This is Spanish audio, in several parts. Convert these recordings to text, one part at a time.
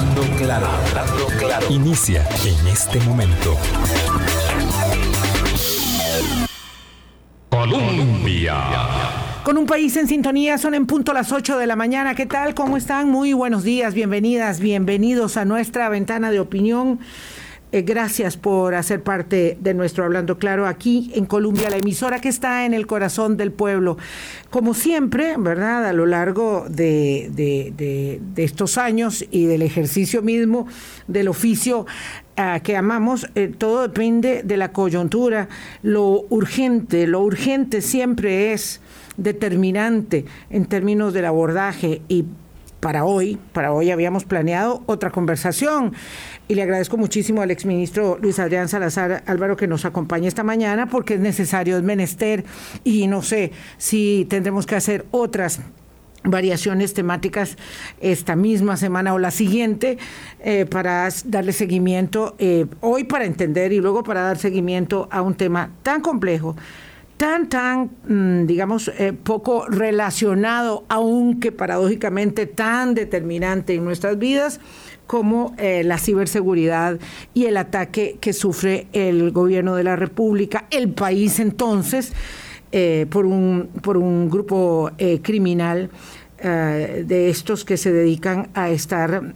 Hablando claro, hablando claro. Inicia en este momento. Colombia. Con un país en sintonía, son en punto las 8 de la mañana. ¿Qué tal? ¿Cómo están? Muy buenos días, bienvenidas, bienvenidos a nuestra ventana de opinión. Gracias por hacer parte de nuestro Hablando Claro aquí en Colombia, la emisora que está en el corazón del pueblo. Como siempre, ¿verdad? A lo largo de estos años y del ejercicio mismo del oficio que amamos, todo depende de la coyuntura. Lo urgente siempre es determinante en términos del abordaje y para hoy habíamos planeado otra conversación y le agradezco muchísimo al exministro Luis Adrián Salazar Álvaro que nos acompañe esta mañana porque es necesario, es menester y no sé si tendremos que hacer otras variaciones temáticas esta misma semana o la siguiente para darle seguimiento hoy para entender y luego para dar seguimiento a un tema tan complejo, digamos, poco relacionado, aunque paradójicamente tan determinante en nuestras vidas, como la ciberseguridad y el ataque que sufre el gobierno de la República, el país entonces, por un grupo criminal de estos que se dedican a estar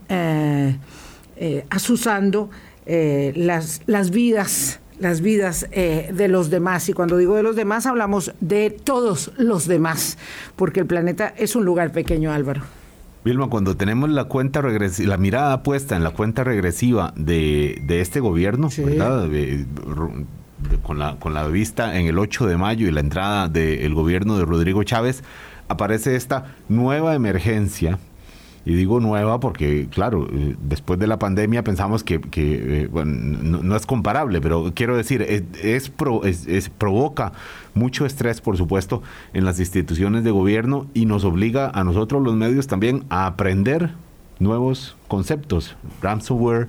azuzando las vidas de los demás. Y cuando digo de los demás, hablamos de todos los demás, porque el planeta es un lugar pequeño, Álvaro. Vilma, cuando tenemos la cuenta regresiva, la mirada puesta en la cuenta regresiva de este gobierno, sí, ¿verdad? Con la vista en el 8 de mayo y la entrada del gobierno de Rodrigo Chávez, aparece esta nueva emergencia. Y digo nueva porque, claro, después de la pandemia pensamos que bueno, no es comparable, pero quiero decir, provoca mucho estrés, por supuesto, en las instituciones de gobierno y nos obliga a nosotros los medios también a aprender nuevos conceptos. Ransomware,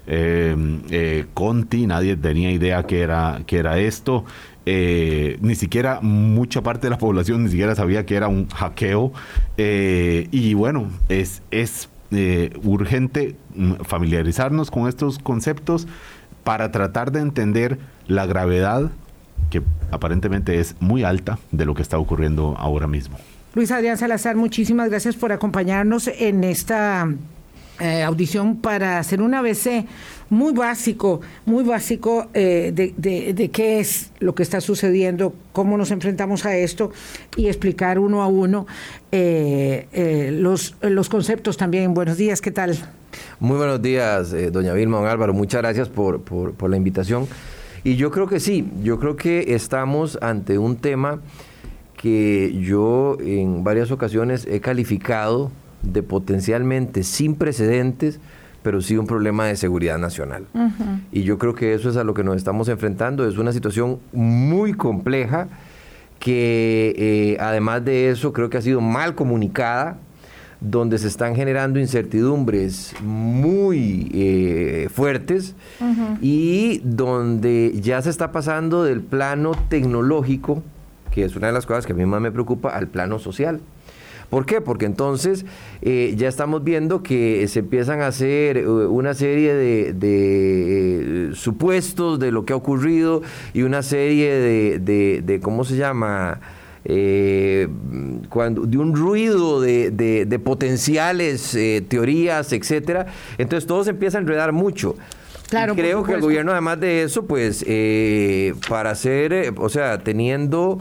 Conti, nadie tenía idea qué era esto. Ni siquiera mucha parte de la población ni siquiera sabía que era un hackeo y bueno, es urgente familiarizarnos con estos conceptos para tratar de entender la gravedad que aparentemente es muy alta de lo que está ocurriendo ahora mismo. Luis Adrián Salazar, muchísimas gracias por acompañarnos en esta audición para hacer un ABC muy básico de qué es lo que está sucediendo, cómo nos enfrentamos a esto y explicar uno a uno los conceptos también. Buenos días, ¿qué tal? Muy buenos días, doña Vilma, don Álvaro, muchas gracias por la invitación. Y yo creo que sí, yo creo que estamos ante un tema que yo en varias ocasiones he calificado de potencialmente sin precedentes, pero sí un problema de seguridad nacional. Uh-huh. Y yo creo que eso es a lo que nos estamos enfrentando. Es una situación muy compleja que además de eso creo que ha sido mal comunicada, donde se están generando incertidumbres muy fuertes, uh-huh, y donde ya se está pasando del plano tecnológico, que es una de las cosas que a mí más me preocupa, al plano social. ¿Por qué? Porque entonces ya estamos viendo que se empiezan a hacer una serie de supuestos de lo que ha ocurrido y una serie de ¿cómo se llama? De un ruido de potenciales teorías, etcétera. Entonces todo se empieza a enredar mucho. Claro, creo que el gobierno, además de eso, pues para hacer, teniendo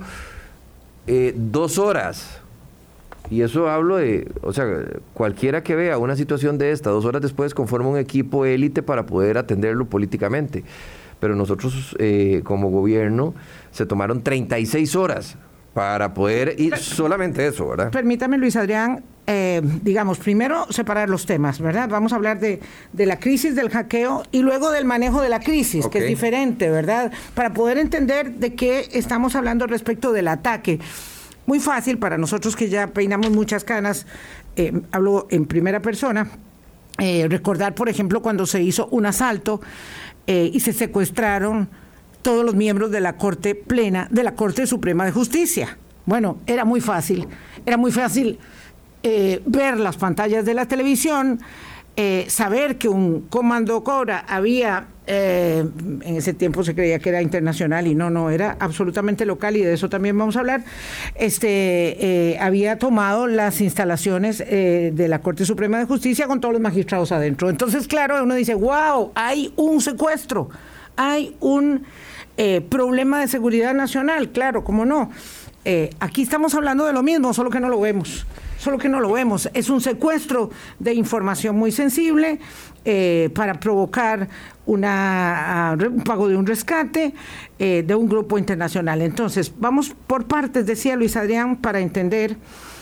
2 horas. Y eso hablo de, cualquiera que vea una situación de esta, 2 horas después conforma un equipo élite para poder atenderlo políticamente. Pero nosotros, como gobierno, se tomaron 36 horas para poder ir solamente eso, ¿verdad? Permítame, Luis Adrián, digamos, primero separar los temas, ¿verdad? Vamos a hablar de la crisis del hackeo y luego del manejo de la crisis, okay, que es diferente, ¿verdad? Para poder entender de qué estamos hablando respecto del ataque. Muy fácil para nosotros que ya peinamos muchas canas, hablo en primera persona, recordar, por ejemplo, cuando se hizo un asalto y se secuestraron todos los miembros de la Corte Plena, de la Corte Suprema de Justicia. Bueno, era muy fácil ver las pantallas de la televisión, saber que un comando Cobra había, en ese tiempo se creía que era internacional y no, era absolutamente local, y de eso también vamos a hablar, había tomado las instalaciones de la Corte Suprema de Justicia con todos los magistrados adentro. Entonces, claro, uno dice, wow, hay un secuestro, hay un problema de seguridad nacional, claro, ¿cómo no? Aquí estamos hablando de lo mismo, solo que no lo vemos. Es un secuestro de información muy sensible para provocar un pago de un rescate de un grupo internacional. Entonces, vamos por partes, decía Luis Adrián, para entender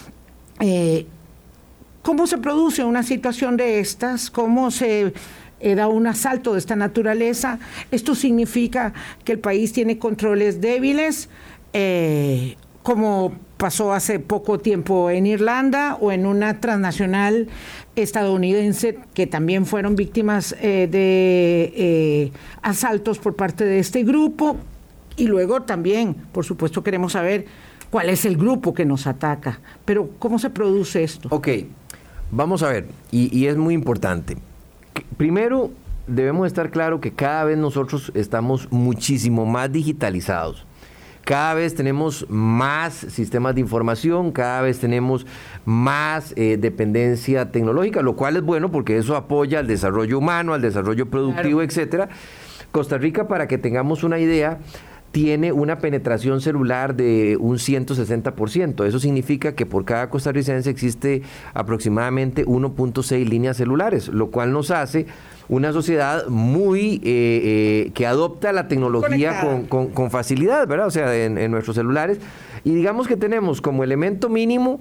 cómo se produce una situación de estas, cómo se da un asalto de esta naturaleza. Esto significa que el país tiene controles débiles, como pasó hace poco tiempo en Irlanda o en una transnacional estadounidense que también fueron víctimas de asaltos por parte de este grupo. Y luego también, por supuesto, queremos saber cuál es el grupo que nos ataca. Pero, ¿cómo se produce esto? Ok, vamos a ver, y es muy importante. Primero, debemos estar claro que cada vez nosotros estamos muchísimo más digitalizados. Cada vez tenemos más sistemas de información, cada vez tenemos más dependencia tecnológica, lo cual es bueno porque eso apoya al desarrollo humano, al desarrollo productivo, claro, etcétera. Costa Rica, para que tengamos una idea, tiene una penetración celular de un 160%. Eso significa que por cada costarricense existe aproximadamente 1.6 líneas celulares, lo cual nos hace una sociedad muy que adopta la tecnología con facilidad, ¿verdad? O sea, en nuestros celulares. Y digamos que tenemos como elemento mínimo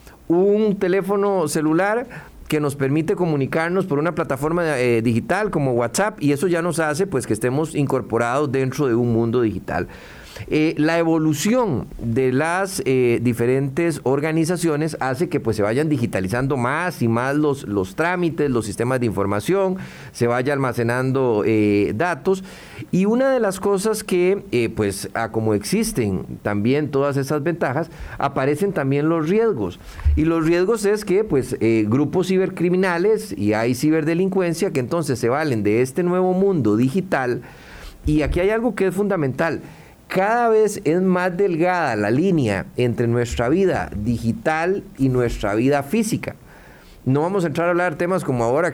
un teléfono celular que nos permite comunicarnos por una plataforma digital como WhatsApp, y eso ya nos hace pues que estemos incorporados dentro de un mundo digital. La evolución de las diferentes organizaciones hace que pues se vayan digitalizando más y más los trámites, los sistemas de información, se vaya almacenando datos, y una de las cosas que pues como existen también todas esas ventajas, aparecen también los riesgos, y los riesgos es que pues grupos cibercriminales y hay ciberdelincuencia que entonces se valen de este nuevo mundo digital. Y aquí hay algo que es fundamental: cada vez es más delgada la línea entre nuestra vida digital y nuestra vida física. No vamos a entrar a hablar temas como ahora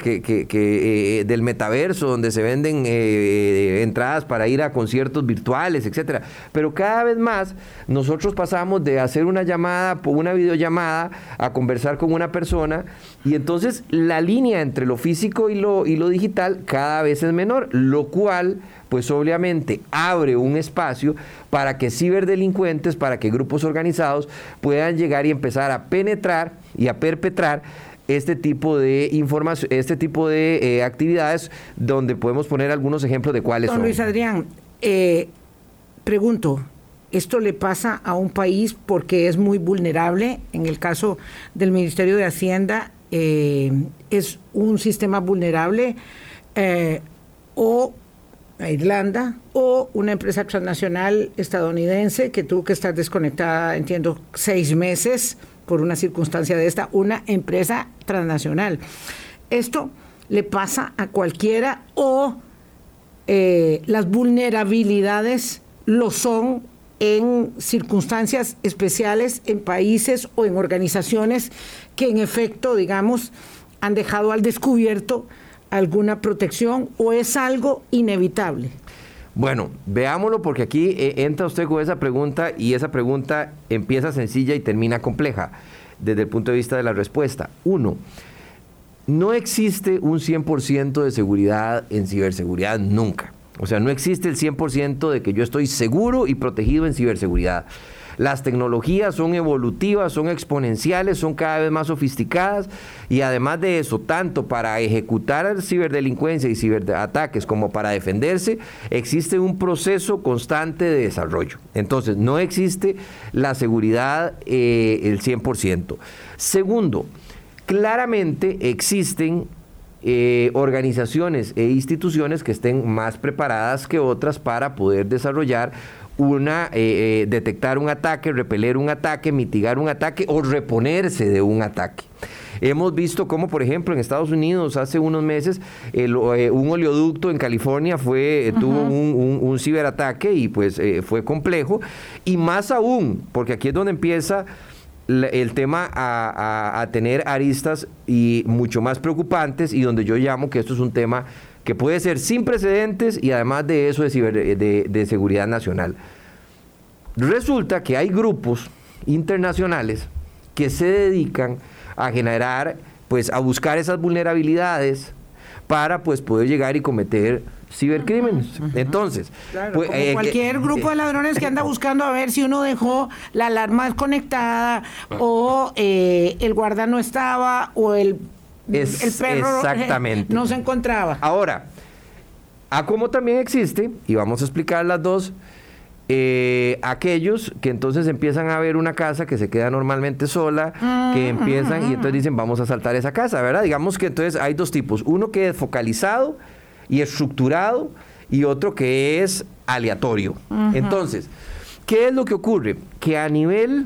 que del metaverso, donde se venden entradas para ir a conciertos virtuales, etcétera. Pero cada vez más nosotros pasamos de hacer una llamada, una videollamada, a conversar con una persona, y entonces la línea entre lo físico y lo digital cada vez es menor, lo cual pues obviamente abre un espacio para que ciberdelincuentes, para que grupos organizados puedan llegar y empezar a penetrar y a perpetrar este tipo de información, este tipo de actividades, donde podemos poner algunos ejemplos de cuáles son. Don Luis Adrián, pregunto, ¿esto le pasa a un país porque es muy vulnerable? En el caso del Ministerio de Hacienda, ¿es un sistema vulnerable o a Irlanda, o una empresa transnacional estadounidense que tuvo que estar desconectada, entiendo, 6 meses por una circunstancia de esta, una empresa transnacional? ¿Esto le pasa a cualquiera o las vulnerabilidades lo son en circunstancias especiales, en países o en organizaciones que en efecto, digamos, han dejado al descubierto alguna protección, o es algo inevitable? Bueno, veámoslo, porque aquí entra usted con esa pregunta, y esa pregunta empieza sencilla y termina compleja desde el punto de vista de la respuesta. 1, no existe un 100% de seguridad en ciberseguridad nunca. O sea, no existe el 100% de que yo estoy seguro y protegido en ciberseguridad. Las tecnologías son evolutivas, son exponenciales, son cada vez más sofisticadas, y además de eso, tanto para ejecutar ciberdelincuencia y ciberataques como para defenderse, existe un proceso constante de desarrollo. Entonces, no existe la seguridad el 100%. Segundo, claramente existen organizaciones e instituciones que estén más preparadas que otras para poder desarrollar detectar un ataque, repeler un ataque, mitigar un ataque o reponerse de un ataque. Hemos visto cómo, por ejemplo, en Estados Unidos hace unos meses un oleoducto en California tuvo un ciberataque y pues fue complejo. Y más aún, porque aquí es donde empieza el tema a tener aristas y mucho más preocupantes, y donde yo llamo que esto es un tema que puede ser sin precedentes y además de eso de seguridad nacional. Resulta que hay grupos internacionales que se dedican a generar, pues a buscar esas vulnerabilidades para pues poder llegar y cometer cibercrímenes. Entonces, claro, pues, como cualquier grupo de ladrones que anda buscando a ver si uno dejó la alarma desconectada o el guarda no estaba o el perro exactamente. No se encontraba. Ahora, como también existe, y vamos a explicar las dos, aquellos que entonces empiezan a ver una casa que se queda normalmente sola, que empiezan y entonces dicen vamos a asaltar esa casa, ¿verdad? Digamos que entonces hay dos tipos, uno que es focalizado y estructurado y otro que es aleatorio. Entonces, ¿qué es lo que ocurre? Que a nivel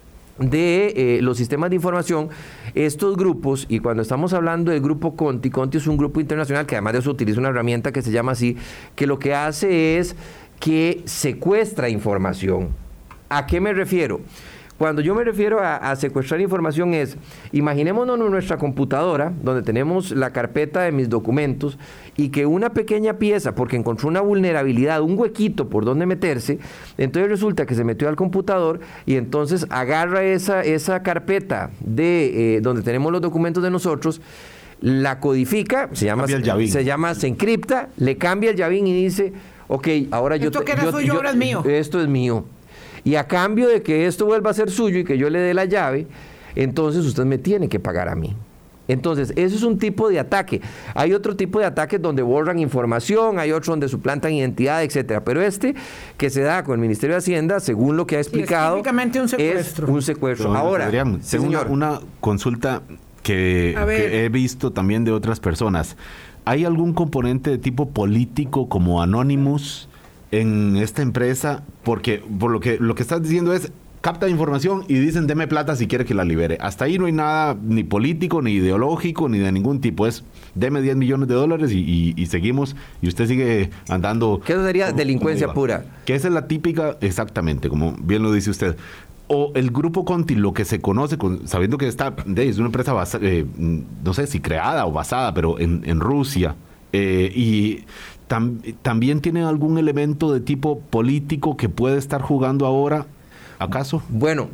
de los sistemas de información, estos grupos, y cuando estamos hablando del grupo Conti es un grupo internacional que además de eso utiliza una herramienta que se llama así, que lo que hace es que secuestra información. ¿A qué me refiero? Cuando yo me refiero a secuestrar información es, imaginémonos nuestra computadora, donde tenemos la carpeta de mis documentos, y que una pequeña pieza, porque encontró una vulnerabilidad, un huequito por donde meterse, entonces resulta que se metió al computador y entonces agarra esa carpeta de donde tenemos los documentos de nosotros, la codifica, se llama, se encripta, le cambia el llavín y dice, ok, ahora esto es mío. Esto es mío. Y a cambio de que esto vuelva a ser suyo y que yo le dé la llave, entonces usted me tiene que pagar a mí. Entonces, eso es un tipo de ataque. Hay otro tipo de ataques donde borran información, hay otro donde suplantan identidad, etcétera. Pero que se da con el Ministerio de Hacienda, según lo que ha explicado, es un secuestro. Ahora, tengo una consulta que he visto también de otras personas. ¿Hay algún componente de tipo político como Anonymous en esta empresa? Porque por lo que estás diciendo es, capta información y dicen deme plata si quiere que la libere. Hasta ahí no hay nada ni político, ni ideológico, ni de ningún tipo. Es deme $10 millones y seguimos y usted sigue andando. ¿Qué sería delincuencia pura? Que esa es la típica, exactamente, como bien lo dice usted. O el grupo Conti, lo que se conoce, sabiendo que es una empresa no sé si creada o basada, pero en Rusia, y también tiene algún elemento de tipo político que puede estar jugando ahora, ¿acaso? Bueno,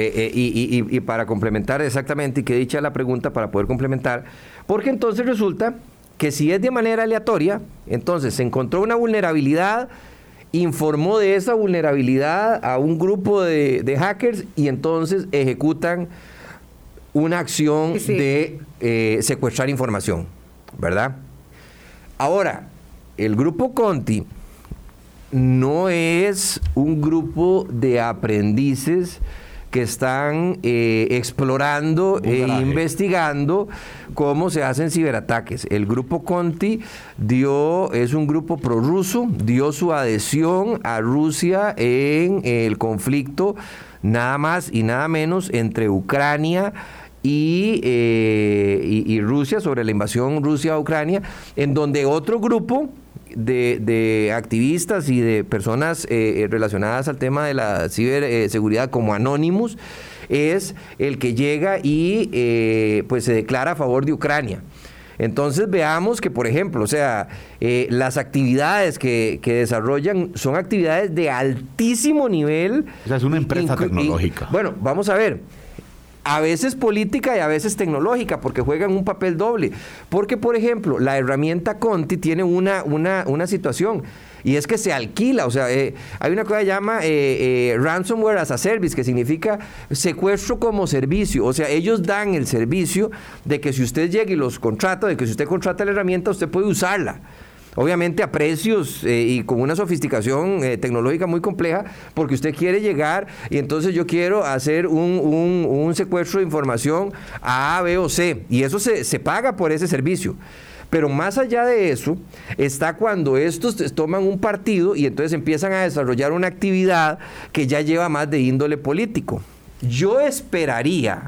y para complementar exactamente, y que dicha la pregunta para poder complementar, porque entonces resulta que si es de manera aleatoria, entonces se encontró una vulnerabilidad, informó de esa vulnerabilidad a un grupo de hackers y entonces ejecutan una acción de secuestrar información, ¿verdad? Ahora, el grupo Conti no es un grupo de aprendices que están explorando e investigando cómo se hacen ciberataques. El grupo Conti es un grupo prorruso, dio su adhesión a Rusia en el conflicto nada más y nada menos entre Ucrania y Rusia, sobre la invasión Rusia a Ucrania, en donde otro grupo de activistas y de personas relacionadas al tema de la ciberseguridad como Anonymous es el que llega y pues se declara a favor de Ucrania. Entonces veamos que, por ejemplo, las actividades que desarrollan son actividades de altísimo nivel. O sea, es una empresa tecnológica. Bueno, vamos a ver. A veces política y a veces tecnológica, porque juegan un papel doble. Porque, por ejemplo, la herramienta Conti tiene una situación, y es que se alquila. O sea, hay una cosa que se llama ransomware as a service, que significa secuestro como servicio. O sea, ellos dan el servicio de que si usted llega y los contrata, de que si usted contrata la herramienta, usted puede usarla. Obviamente a precios y con una sofisticación tecnológica muy compleja, porque usted quiere llegar y entonces yo quiero hacer un secuestro de información a B o C, y eso se paga por ese servicio. Pero más allá de eso, está cuando estos toman un partido y entonces empiezan a desarrollar una actividad que ya lleva más de índole político. Yo esperaría,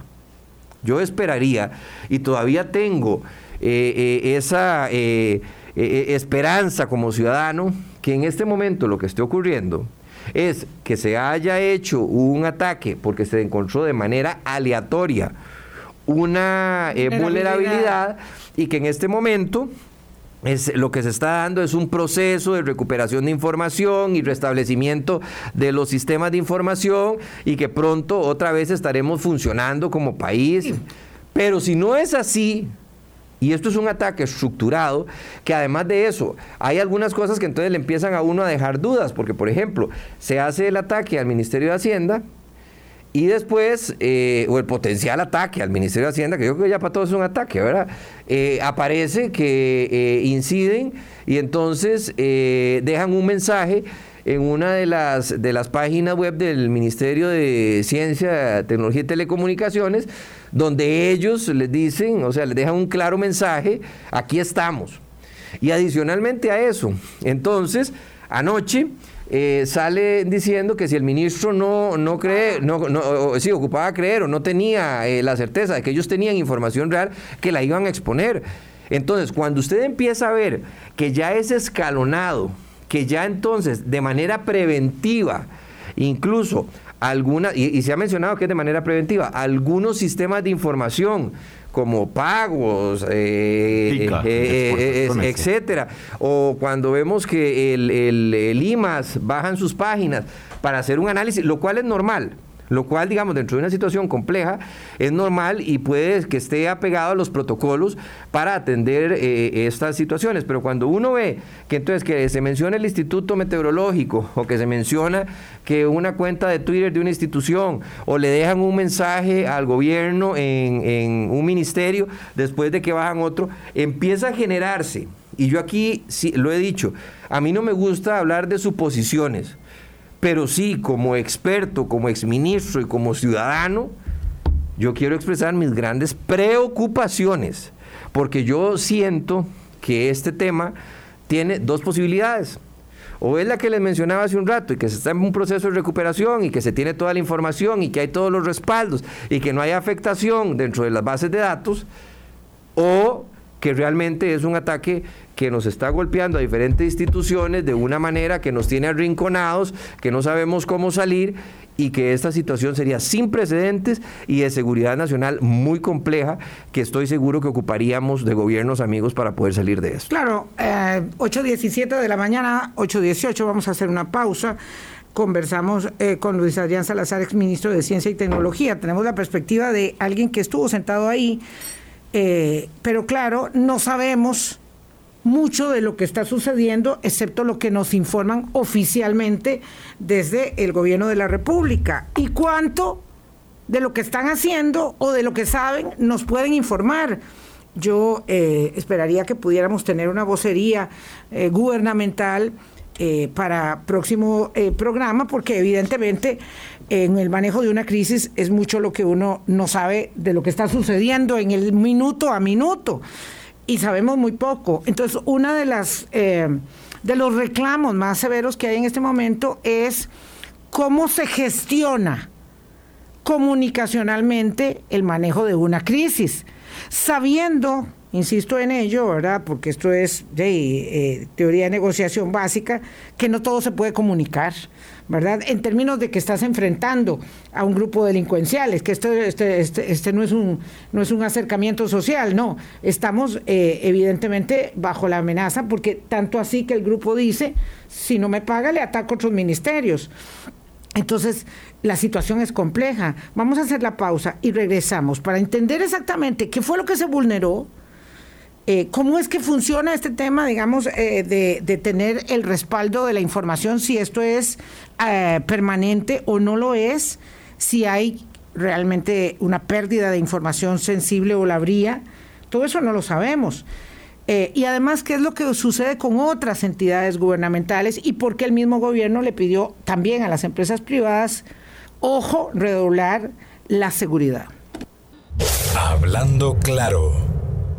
y todavía tengo esa esperanza como ciudadano, que en este momento lo que esté ocurriendo es que se haya hecho un ataque porque se encontró de manera aleatoria una vulnerabilidad y que en este momento lo que se está dando es un proceso de recuperación de información y restablecimiento de los sistemas de información y que pronto otra vez estaremos funcionando como país. Pero si no es así, y esto es un ataque estructurado, que además de eso, hay algunas cosas que entonces le empiezan a uno a dejar dudas, porque por ejemplo, se hace el ataque al Ministerio de Hacienda, y después, o el potencial ataque al Ministerio de Hacienda, que yo creo que ya para todos es un ataque, ¿verdad? Aparece que inciden y entonces dejan un mensaje en una de las páginas web del Ministerio de Ciencia, Tecnología y Telecomunicaciones, donde ellos les dicen, o sea, les dejan un claro mensaje, aquí estamos. Y adicionalmente a eso, entonces, anoche sale diciendo que si el ministro no cree, sí, ocupaba creer o no tenía la certeza de que ellos tenían información real, que la iban a exponer. Entonces, cuando usted empieza a ver que ya es escalonado, que ya entonces de manera preventiva, incluso algunas, y se ha mencionado que es de manera preventiva, algunos sistemas de información como pagos, etcétera, o cuando vemos que el IMAS bajan sus páginas para hacer un análisis, lo cual es normal. Lo cual, digamos, dentro de una situación compleja, es normal y puede que esté apegado a los protocolos para atender estas situaciones. Pero cuando uno ve que entonces que se menciona el Instituto Meteorológico o que se menciona que una cuenta de Twitter de una institución o le dejan un mensaje al gobierno en un ministerio después de que bajan otro, empieza a generarse, y yo aquí sí, lo he dicho, a mí no me gusta hablar de suposiciones, pero sí, como experto, como exministro y como ciudadano, yo quiero expresar mis grandes preocupaciones, porque yo siento que este tema tiene dos posibilidades. O es la que les mencionaba hace un rato, y que se está en un proceso de recuperación y que se tiene toda la información y que hay todos los respaldos y que no hay afectación dentro de las bases de datos, o que realmente es un ataque que nos está golpeando a diferentes instituciones de una manera que nos tiene arrinconados, que no sabemos cómo salir, y que esta situación sería sin precedentes y de seguridad nacional muy compleja, que estoy seguro que ocuparíamos de gobiernos amigos para poder salir de esto. Claro, 8:17 de la mañana, 8:18, vamos a hacer una pausa. Conversamos con Luis Adrián Salazar, exministro de Ciencia y Tecnología. Tenemos la perspectiva de alguien que estuvo sentado ahí, pero claro, no sabemos mucho de lo que está sucediendo, excepto lo que nos informan oficialmente desde el gobierno de la República. ¿Y cuánto de lo que están haciendo o de lo que saben nos pueden informar? Yo esperaría que pudiéramos tener una vocería gubernamental para próximo programa, porque evidentemente en el manejo de una crisis es mucho lo que uno no sabe de lo que está sucediendo en el minuto a minuto. Y sabemos muy poco. Entonces, una de los reclamos más severos que hay en este momento es cómo se gestiona comunicacionalmente el manejo de una crisis, sabiendo, insisto en ello, ¿verdad? Porque esto es teoría de negociación básica, que no todo se puede comunicar, ¿verdad? En términos de que estás enfrentando a un grupo delincuenciales, que este no es un acercamiento social, no. Estamos evidentemente bajo la amenaza, porque tanto así que el grupo dice, si no me paga, le ataco a otros ministerios. Entonces, la situación es compleja. Vamos a hacer la pausa y regresamos para entender exactamente qué fue lo que se vulneró, cómo es que funciona este tema, digamos, de tener el respaldo de la información, si esto es permanente o no lo es, si hay realmente una pérdida de información sensible o la habría. Todo eso no lo sabemos. Y además, ¿qué es lo que sucede con otras entidades gubernamentales y por qué el mismo gobierno le pidió también a las empresas privadas, ojo, redoblar la seguridad? Hablando claro,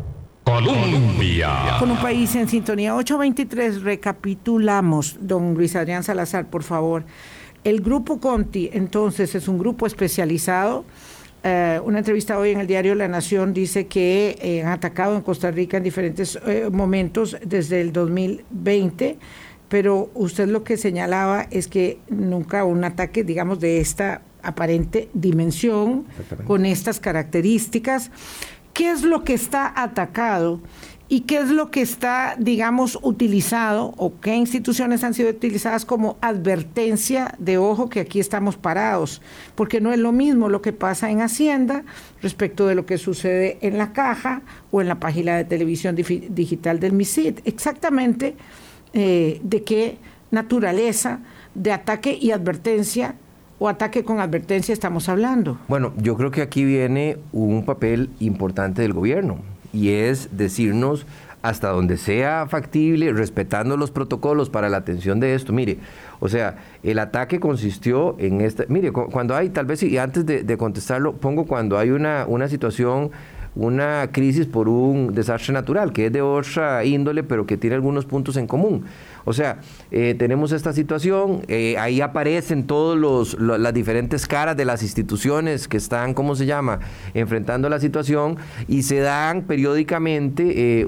Colombia. Con un país en sintonía. 8:23, recapitulamos. Don Luis Adrián Salazar, por favor. El Grupo Conti, entonces, es un grupo especializado. Una entrevista hoy en el diario La Nación dice que han atacado en Costa Rica en diferentes momentos desde el 2020, pero usted lo que señalaba es que nunca un ataque, digamos, de esta aparente dimensión, con estas características. ¿Qué es lo que está atacado y qué es lo que está, digamos, utilizado o qué instituciones han sido utilizadas como advertencia de ojo que aquí estamos parados? Porque no es lo mismo lo que pasa en Hacienda respecto de lo que sucede en la Caja o en la página de televisión digital del MISID. Exactamente de qué naturaleza de ataque y advertencia o ataque con advertencia estamos hablando. Bueno, yo creo que aquí viene un papel importante del gobierno y es decirnos hasta donde sea factible, respetando los protocolos para la atención de esto. Mire, o sea, el ataque consistió en esta... Mire, cuando hay, tal vez, y antes de contestarlo, pongo cuando hay una situación, una crisis por un desastre natural, que es de otra índole, pero que tiene algunos puntos en común. O sea, tenemos esta situación, ahí aparecen todas las diferentes caras de las instituciones que están, ¿cómo se llama?, enfrentando la situación, y se dan periódicamente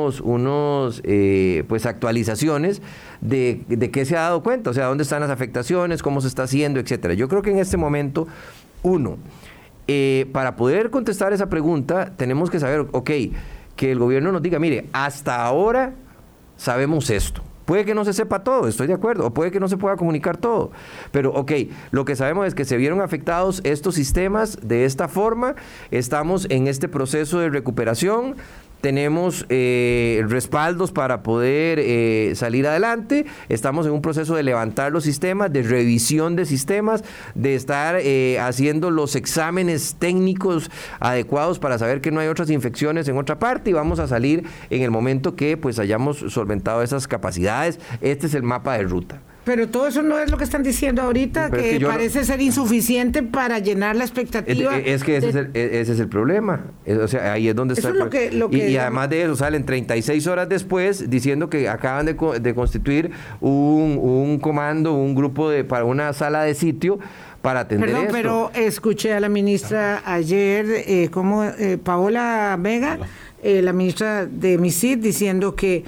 pues actualizaciones de qué se ha dado cuenta, o sea, dónde están las afectaciones, cómo se está haciendo, etcétera. Yo creo que en este momento, para poder contestar esa pregunta, tenemos que saber, que el gobierno nos diga, mire, hasta ahora sabemos esto. Puede que no se sepa todo, estoy de acuerdo, o puede que no se pueda comunicar todo, pero lo que sabemos es que se vieron afectados estos sistemas de esta forma, estamos en este proceso de recuperación, tenemos respaldos para poder salir adelante, estamos en un proceso de levantar los sistemas, de revisión de sistemas, de estar haciendo los exámenes técnicos adecuados para saber que no hay otras infecciones en otra parte, y vamos a salir en el momento que pues hayamos solventado esas capacidades. Este es el mapa de ruta. Pero todo eso no es lo que están diciendo ahorita, que parece ser insuficiente para llenar la expectativa. Es que ese es el problema. O sea, ahí es donde está. Y además de eso, salen 36 horas después diciendo que acaban de constituir un comando, un grupo para una sala de sitio para atender esto. Pero escuché a la ministra ayer, Paola Vega, la ministra de MISID, diciendo que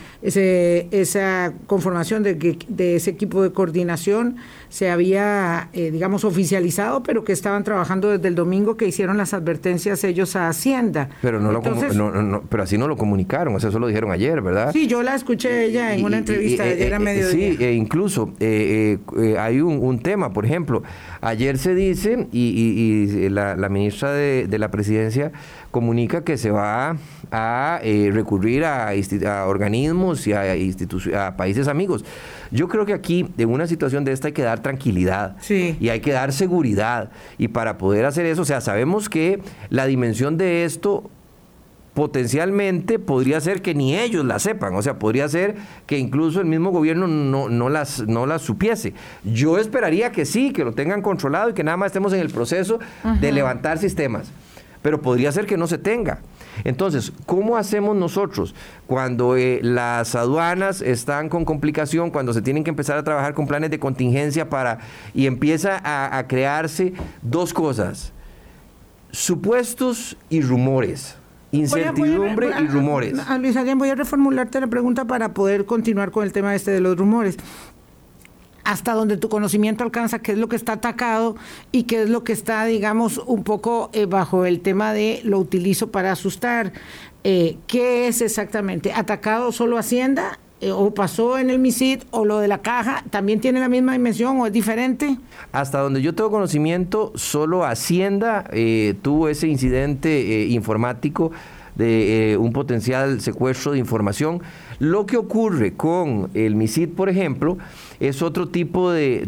esa conformación de ese equipo de coordinación se había, digamos, oficializado, pero que estaban trabajando desde el domingo que hicieron las advertencias ellos a Hacienda. Pero pero así no lo comunicaron, o sea, eso lo dijeron ayer, ¿verdad? Sí, yo la escuché ella en una entrevista ayer a mediodía. Sí, incluso hay un tema, por ejemplo, ayer se dice, y la ministra de la Presidencia comunica que se va a recurrir a organismos y a países amigos. Yo creo que aquí, en una situación de esta, hay que dar tranquilidad, sí, y hay que dar seguridad. Y para poder hacer eso, o sea, sabemos que la dimensión de esto potencialmente podría ser que ni ellos la sepan, o sea, podría ser que incluso el mismo gobierno no las supiese. Yo esperaría que sí, que lo tengan controlado y que nada más estemos en el proceso de levantar sistemas, pero podría ser que no se tenga. Entonces, ¿cómo hacemos nosotros cuando las aduanas están con complicación, cuando se tienen que empezar a trabajar con planes de contingencia y empieza a crearse dos cosas: supuestos y rumores? Incertidumbre y rumores. Luis Adrián, voy a reformularte la pregunta para poder continuar con el tema de los rumores. Hasta donde tu conocimiento alcanza, qué es lo que está atacado y qué es lo que está, digamos, un poco bajo el tema de lo utilizo para asustar. ¿Qué es exactamente? ¿Atacado solo Hacienda? ¿O pasó en el MISID? ¿O lo de la Caja también tiene la misma dimensión o es diferente? Hasta donde yo tengo conocimiento, solo Hacienda tuvo ese incidente informático de un potencial secuestro de información. Lo que ocurre con el MISID, por ejemplo, es otro tipo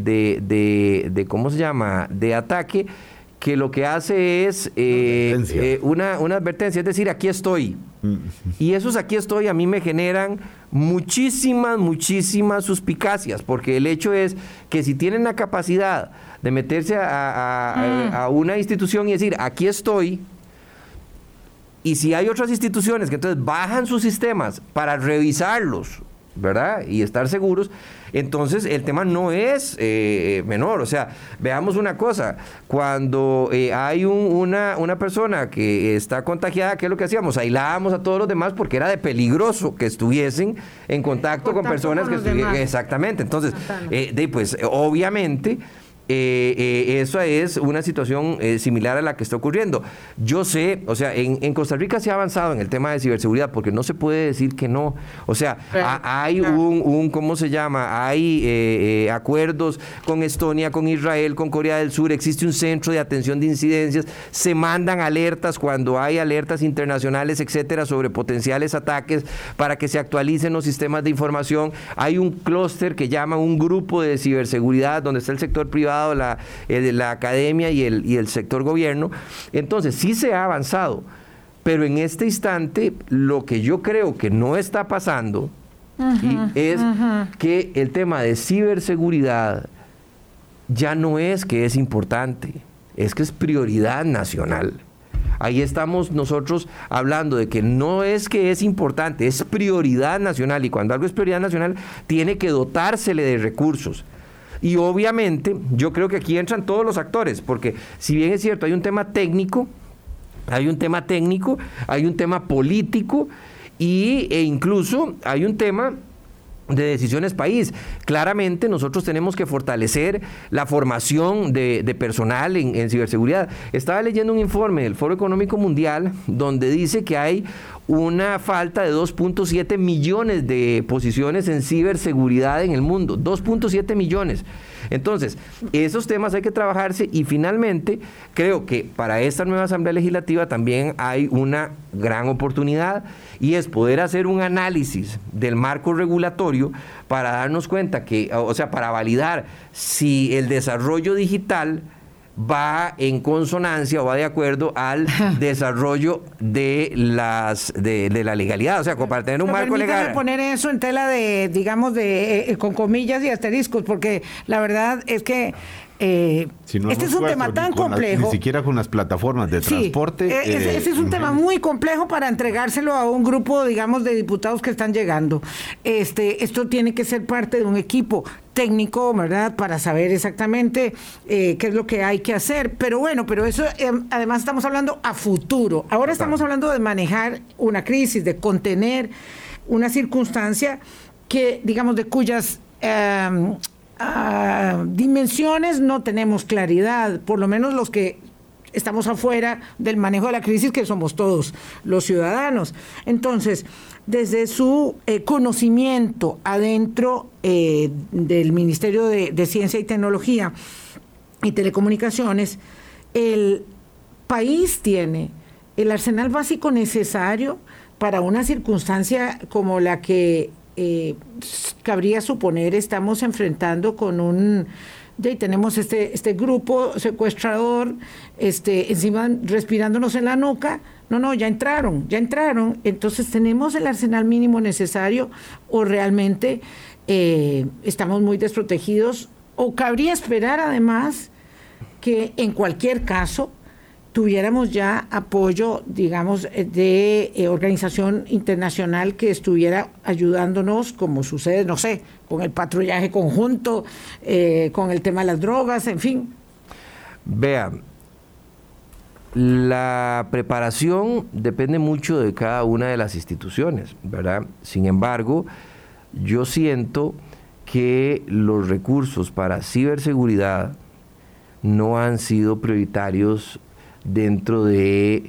de ¿cómo se llama?, de ataque, que lo que hace es una advertencia, es decir, aquí estoy. Y esos aquí estoy a mí me generan muchísimas suspicacias, porque el hecho es que si tienen la capacidad de meterse a una institución y decir, aquí estoy, Y si hay otras instituciones que entonces bajan sus sistemas para revisarlos, ¿verdad? Y estar seguros, entonces el tema no es menor. O sea, veamos una cosa, cuando hay una persona que está contagiada, ¿qué es lo que hacíamos? Aislábamos a todos los demás porque era de peligroso que estuviesen en contacto con personas que estuvieran... Exactamente, entonces, pues obviamente... eso es una situación similar a la que está ocurriendo. Yo sé, o sea, en Costa Rica se ha avanzado en el tema de ciberseguridad porque no se puede decir que no. O sea, hay ¿cómo se llama? Hay acuerdos con Estonia, con Israel, con Corea del Sur, existe un centro de atención de incidencias, se mandan alertas cuando hay alertas internacionales, etcétera, sobre potenciales ataques para que se actualicen los sistemas de información. Hay un clúster que llaman un grupo de ciberseguridad donde está el sector privado, la academia y el sector gobierno. Entonces sí se ha avanzado, pero en este instante lo que yo creo que no está pasando es que el tema de ciberseguridad ya no es que es importante, es que es prioridad nacional. Ahí estamos nosotros hablando de que no es que es importante, es prioridad nacional, y cuando algo es prioridad nacional tiene que dotársele de recursos. Y obviamente yo creo que aquí entran todos los actores, porque si bien es cierto, hay un tema técnico, hay un tema político e incluso hay un tema de decisiones país. Claramente nosotros tenemos que fortalecer la formación de personal en ciberseguridad. Estaba leyendo un informe del Foro Económico Mundial donde dice que hay una falta de 2.7 millones de posiciones en ciberseguridad en el mundo, 2.7 millones. Entonces, esos temas hay que trabajarse, y finalmente creo que para esta nueva Asamblea Legislativa también hay una gran oportunidad, y es poder hacer un análisis del marco regulatorio para darnos cuenta que, o sea, para validar si el desarrollo digital va en consonancia o va de acuerdo al desarrollo de la legalidad, o sea, para tener un marco legal. Poner eso en tela de, digamos, con comillas y asteriscos, porque la verdad es que este es un tema tan complejo. Ni siquiera con las plataformas de transporte. Ese es un tema muy complejo para entregárselo a un grupo, digamos, de diputados que están llegando. Esto tiene que ser parte de un equipo técnico, ¿verdad?, para saber exactamente qué es lo que hay que hacer. Pero bueno, pero eso además estamos hablando a futuro. Ahora estamos hablando de manejar una crisis, de contener una circunstancia que, digamos, de cuyas dimensiones no tenemos claridad, por lo menos los que estamos afuera del manejo de la crisis, que somos todos los ciudadanos. Entonces, desde su conocimiento adentro del Ministerio de Ciencia y Tecnología y Telecomunicaciones, el país tiene el arsenal básico necesario para una circunstancia como la que cabría suponer estamos enfrentando con tenemos este grupo secuestrador encima respirándonos en la nuca. No, ya entraron, entonces tenemos el arsenal mínimo necesario, o realmente estamos muy desprotegidos, o cabría esperar además que en cualquier caso tuviéramos ya apoyo, digamos, de organización internacional que estuviera ayudándonos, como sucede, no sé, con el patrullaje conjunto, con el tema de las drogas, en fin. Vea, la preparación depende mucho de cada una de las instituciones, ¿verdad? Sin embargo, yo siento que los recursos para ciberseguridad no han sido prioritarios dentro de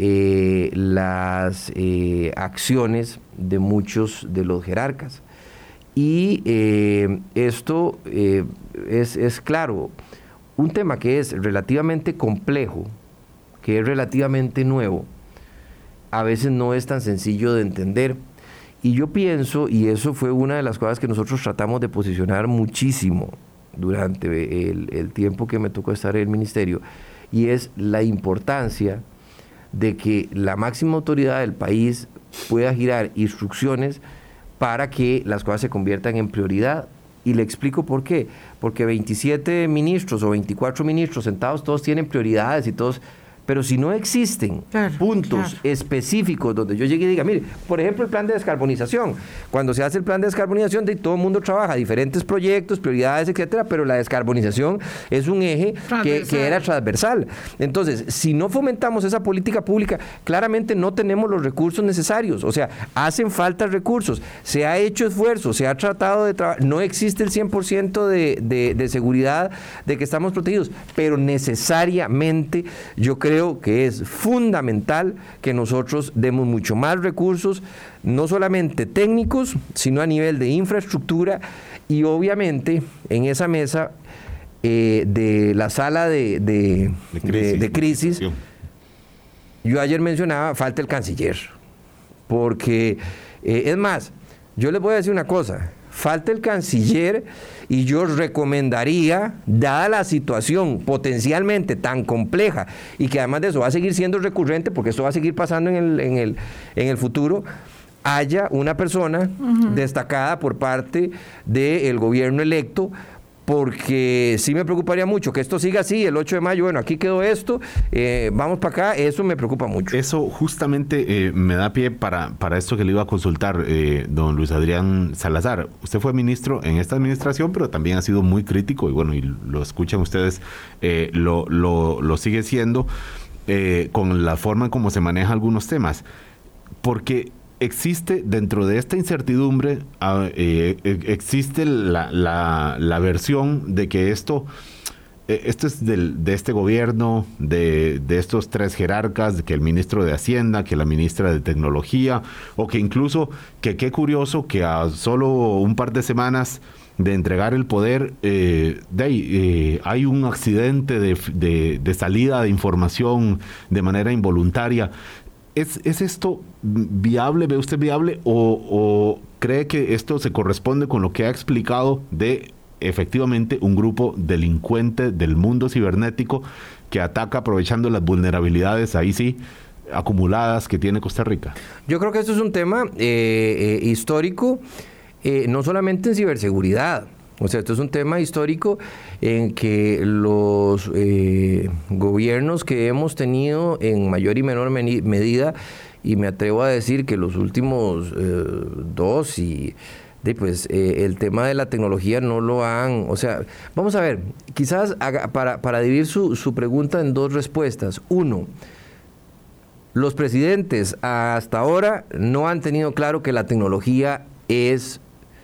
las acciones de muchos de los jerarcas. Y esto es claro, un tema que es relativamente complejo, que es relativamente nuevo, a veces no es tan sencillo de entender. Y yo pienso, y eso fue una de las cosas que nosotros tratamos de posicionar muchísimo durante el tiempo que me tocó estar en el ministerio, y es la importancia de que la máxima autoridad del país pueda girar instrucciones para que las cosas se conviertan en prioridad. Y le explico por qué. Porque 27 ministros o 24 ministros sentados, todos tienen prioridades y todos... Pero si no existen puntos específicos donde yo llegue y diga, mire, por ejemplo, el plan de descarbonización. Cuando se hace el plan de descarbonización, todo el mundo trabaja diferentes proyectos, prioridades, etcétera, pero la descarbonización es un eje que era transversal. Entonces, si no fomentamos esa política pública, claramente no tenemos los recursos necesarios. O sea, hacen falta recursos. Se ha hecho esfuerzo, se ha tratado de trabajar. No existe el 100% de seguridad de que estamos protegidos, pero necesariamente yo creo que es fundamental que nosotros demos mucho más recursos, no solamente técnicos, sino a nivel de infraestructura y obviamente en esa mesa de la sala de crisis, yo ayer mencionaba, falta el canciller, porque es más, yo les voy a decir una cosa, falta el canciller y yo recomendaría, dada la situación potencialmente tan compleja y que además de eso va a seguir siendo recurrente porque esto va a seguir pasando en el futuro, haya una persona destacada por parte del gobierno electo, porque sí me preocuparía mucho que esto siga así, el 8 de mayo, bueno, aquí quedó esto, vamos para acá, eso me preocupa mucho. Eso justamente me da pie para esto que le iba a consultar, don Luis Adrián Salazar. Usted fue ministro en esta administración, pero también ha sido muy crítico, y bueno, y lo escuchan ustedes, lo sigue siendo, con la forma en cómo se manejan algunos temas, porque existe dentro de esta incertidumbre, existe la versión de que esto es de este gobierno, de estos tres jerarcas, de que el ministro de Hacienda, que la ministra de Tecnología, o que incluso, que qué curioso que a solo un par de semanas de entregar el poder, hay un accidente de salida de información de manera involuntaria. ¿Es esto viable? ¿Ve usted viable? ¿O cree que esto se corresponde con lo que ha explicado de efectivamente un grupo delincuente del mundo cibernético que ataca aprovechando las vulnerabilidades, ahí sí, acumuladas que tiene Costa Rica? Yo creo que esto es un tema histórico, no solamente en ciberseguridad. O sea, esto es un tema histórico en que los gobiernos que hemos tenido en mayor y menor medida, y me atrevo a decir que los últimos dos, el tema de la tecnología no lo han... O sea, vamos a ver, quizás para dividir su pregunta en dos respuestas. Uno, los presidentes hasta ahora no han tenido claro que la tecnología es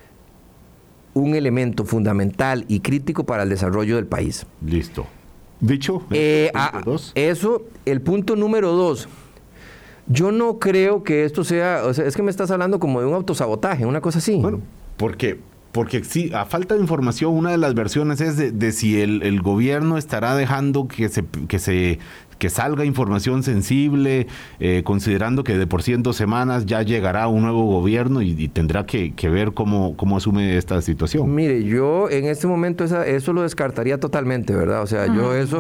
un elemento fundamental y crítico para el desarrollo del país. Listo. Dicho, eso, el punto número 2. Yo no creo que esto sea, o sea, es que me estás hablando como de un autosabotaje, una cosa así. Bueno, porque sí, a falta de información, una de las versiones es de si el gobierno estará dejando que salga información sensible, considerando que de por sí en 2 semanas ya llegará un nuevo gobierno y tendrá que ver cómo asume esta situación. Mire, yo en este momento eso lo descartaría totalmente, ¿verdad? O sea, yo eso...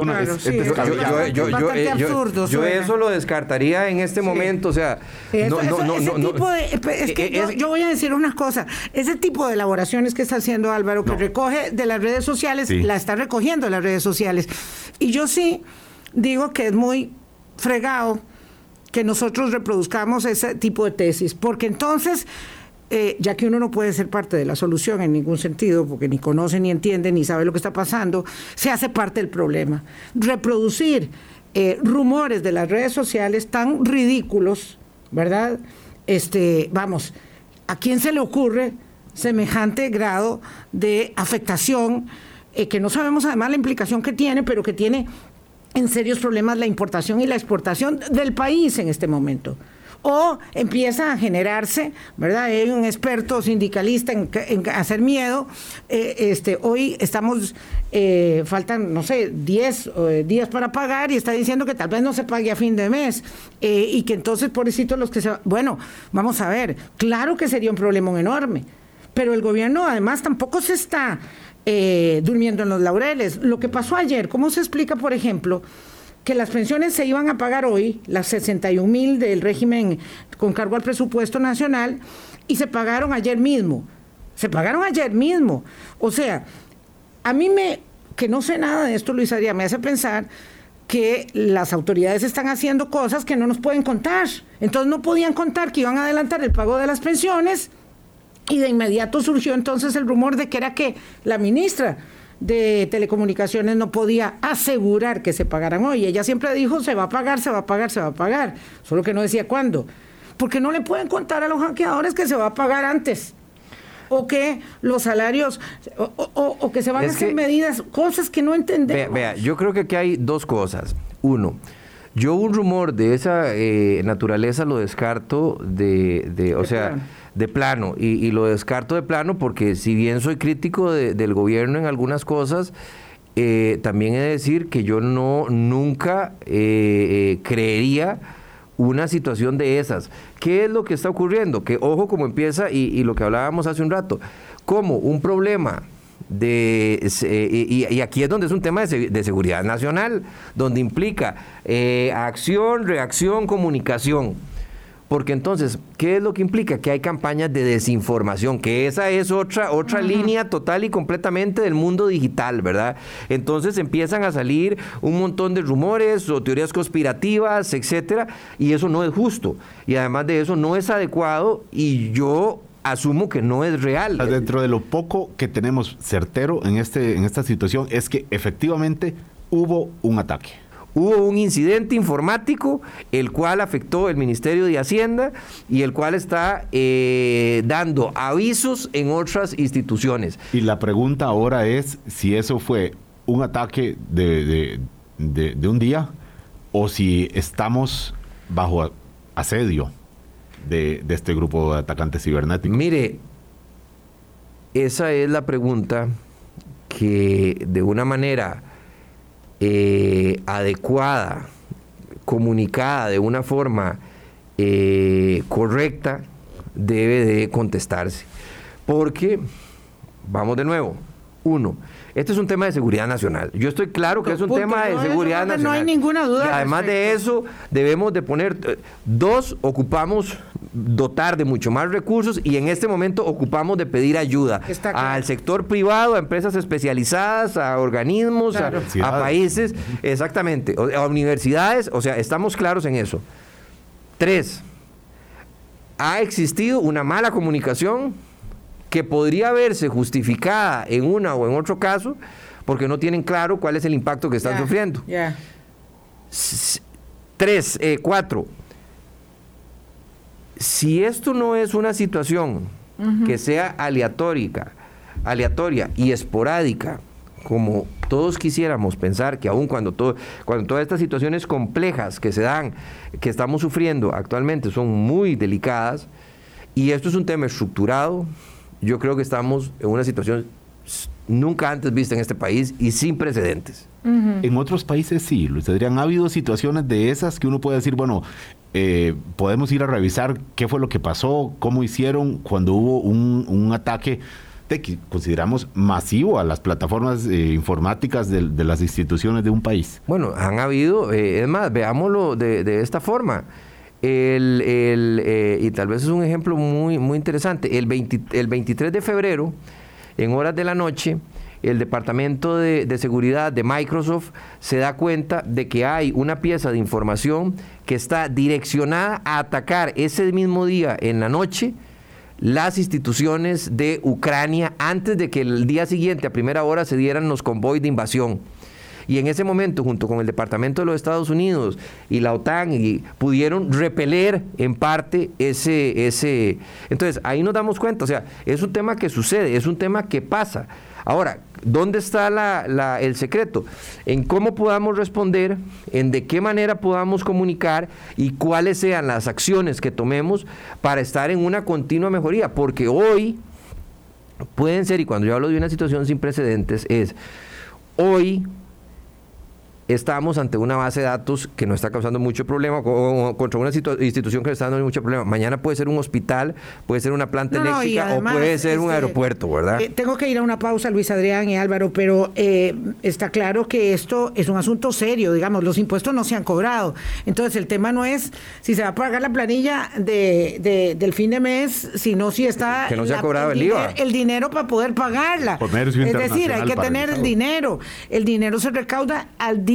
Yo eso lo descartaría en este momento, o sea... Yo voy a decir unas cosas. Ese tipo de elaboraciones que está haciendo Álvaro, que recoge de las redes sociales, la está recogiendo de las redes sociales. Y yo sí... digo que es muy fregado que nosotros reproduzcamos ese tipo de tesis, porque entonces, ya que uno no puede ser parte de la solución en ningún sentido, porque ni conoce, ni entiende, ni sabe lo que está pasando, se hace parte del problema. Reproducir rumores de las redes sociales tan ridículos, ¿verdad? Vamos, ¿a quién se le ocurre semejante grado de afectación que no sabemos además la implicación que tiene, pero que tiene en serios problemas la importación y la exportación del país en este momento? O empieza a generarse, ¿verdad? Hay un experto sindicalista en hacer miedo. Hoy estamos, faltan, no sé, 10 días para pagar y está diciendo que tal vez no se pague a fin de mes. Y que entonces, pobrecitos los que se... Bueno, vamos a ver, claro que sería un problema enorme, pero el gobierno además tampoco se está... durmiendo en los laureles. Lo que pasó ayer, ¿cómo se explica, por ejemplo, que las pensiones se iban a pagar hoy, las 61,000 del régimen con cargo al presupuesto nacional, y se pagaron ayer mismo? Se pagaron ayer mismo. O sea, a mí que no sé nada de esto, Luis Adrián, me hace pensar que las autoridades están haciendo cosas que no nos pueden contar. Entonces no podían contar que iban a adelantar el pago de las pensiones, y de inmediato surgió entonces el rumor de que era que la ministra de Telecomunicaciones no podía asegurar que se pagaran hoy. Ella siempre dijo, se va a pagar, se va a pagar, se va a pagar, solo que no decía cuándo. Porque no le pueden contar a los hackeadores que se va a pagar antes, o que los salarios, o que se van a hacer medidas, cosas que no entendemos. Vea, yo creo que aquí hay dos cosas. Uno, yo un rumor de esa naturaleza lo descarto de plano, y lo descarto de plano porque si bien soy crítico del gobierno en algunas cosas, también he de decir que yo nunca creería una situación de esas. ¿Qué es lo que está ocurriendo? Que ojo como empieza, y lo que hablábamos hace un rato, como un problema y aquí es donde es un tema de seguridad nacional, donde implica acción, reacción, comunicación. Porque entonces, ¿qué es lo que implica? Que hay campañas de desinformación, que esa es otra línea total y completamente del mundo digital, ¿verdad? Entonces empiezan a salir un montón de rumores o teorías conspirativas, etcétera, y eso no es justo. Y además de eso no es adecuado, y yo asumo que no es real. Dentro de lo poco que tenemos certero en esta situación es que efectivamente hubo un ataque. Hubo un incidente informático, el cual afectó el Ministerio de Hacienda y el cual está dando avisos en otras instituciones. Y la pregunta ahora es si eso fue un ataque de un día o si estamos bajo asedio de este grupo de atacantes cibernéticos. Mire, esa es la pregunta que de una manera adecuada, comunicada de una forma correcta, debe de contestarse. Porque, vamos de nuevo, uno, este es un tema de seguridad nacional. Yo estoy claro que es un tema de seguridad nacional. No hay ninguna duda. Y además de eso, debemos de poner, ocupamos dotar de mucho más recursos, y en este momento ocupamos de pedir ayuda al sector privado, a empresas especializadas, a organismos, a países, exactamente, a universidades, o sea, estamos claros en eso. 3, ha existido una mala comunicación que podría verse justificada en una o en otro caso, porque no tienen claro cuál es el impacto que están sufriendo. 4, si esto no es una situación que sea aleatoria y esporádica, como todos quisiéramos pensar, que aun cuando todas estas situaciones complejas que se dan, que estamos sufriendo actualmente, son muy delicadas, y esto es un tema estructurado, yo creo que estamos en una situación nunca antes vista en este país y sin precedentes. En otros países sí, Luis Adrián, ha habido situaciones de esas que uno puede decir, bueno, podemos ir a revisar qué fue lo que pasó, cómo hicieron cuando hubo un ataque que consideramos masivo a las plataformas informáticas de las instituciones de un país. Bueno, han habido, es más, veámoslo de esta forma. Y tal vez es un ejemplo muy, muy interesante. El 23 de febrero, en horas de la noche, el Departamento de Seguridad de Microsoft se da cuenta de que hay una pieza de información que está direccionada a atacar ese mismo día en la noche las instituciones de Ucrania, antes de que el día siguiente a primera hora se dieran los convoys de invasión. Y en ese momento, junto con el Departamento de los Estados Unidos y la OTAN, pudieron repeler en parte ese... Entonces, ahí nos damos cuenta, o sea, es un tema que sucede, es un tema que pasa. Ahora, ¿dónde está el secreto? En cómo podamos responder, en de qué manera podamos comunicar y cuáles sean las acciones que tomemos para estar en una continua mejoría. Porque hoy pueden ser, y cuando yo hablo de una situación sin precedentes, hoy estamos ante una base de datos que no está causando mucho problema, contra una institución que está dando mucho problema. Mañana puede ser un hospital, puede ser una planta eléctrica, además, o puede ser un aeropuerto, ¿verdad? Tengo que ir a una pausa, Luis Adrián y Álvaro, pero está claro que esto es un asunto serio, digamos, los impuestos no se han cobrado. Entonces, el tema no es si se va a pagar la planilla del fin de mes, sino si está... Que no se ha cobrado el IVA. El dinero para poder pagarla. Es decir, hay que tener el dinero. El dinero se recauda al día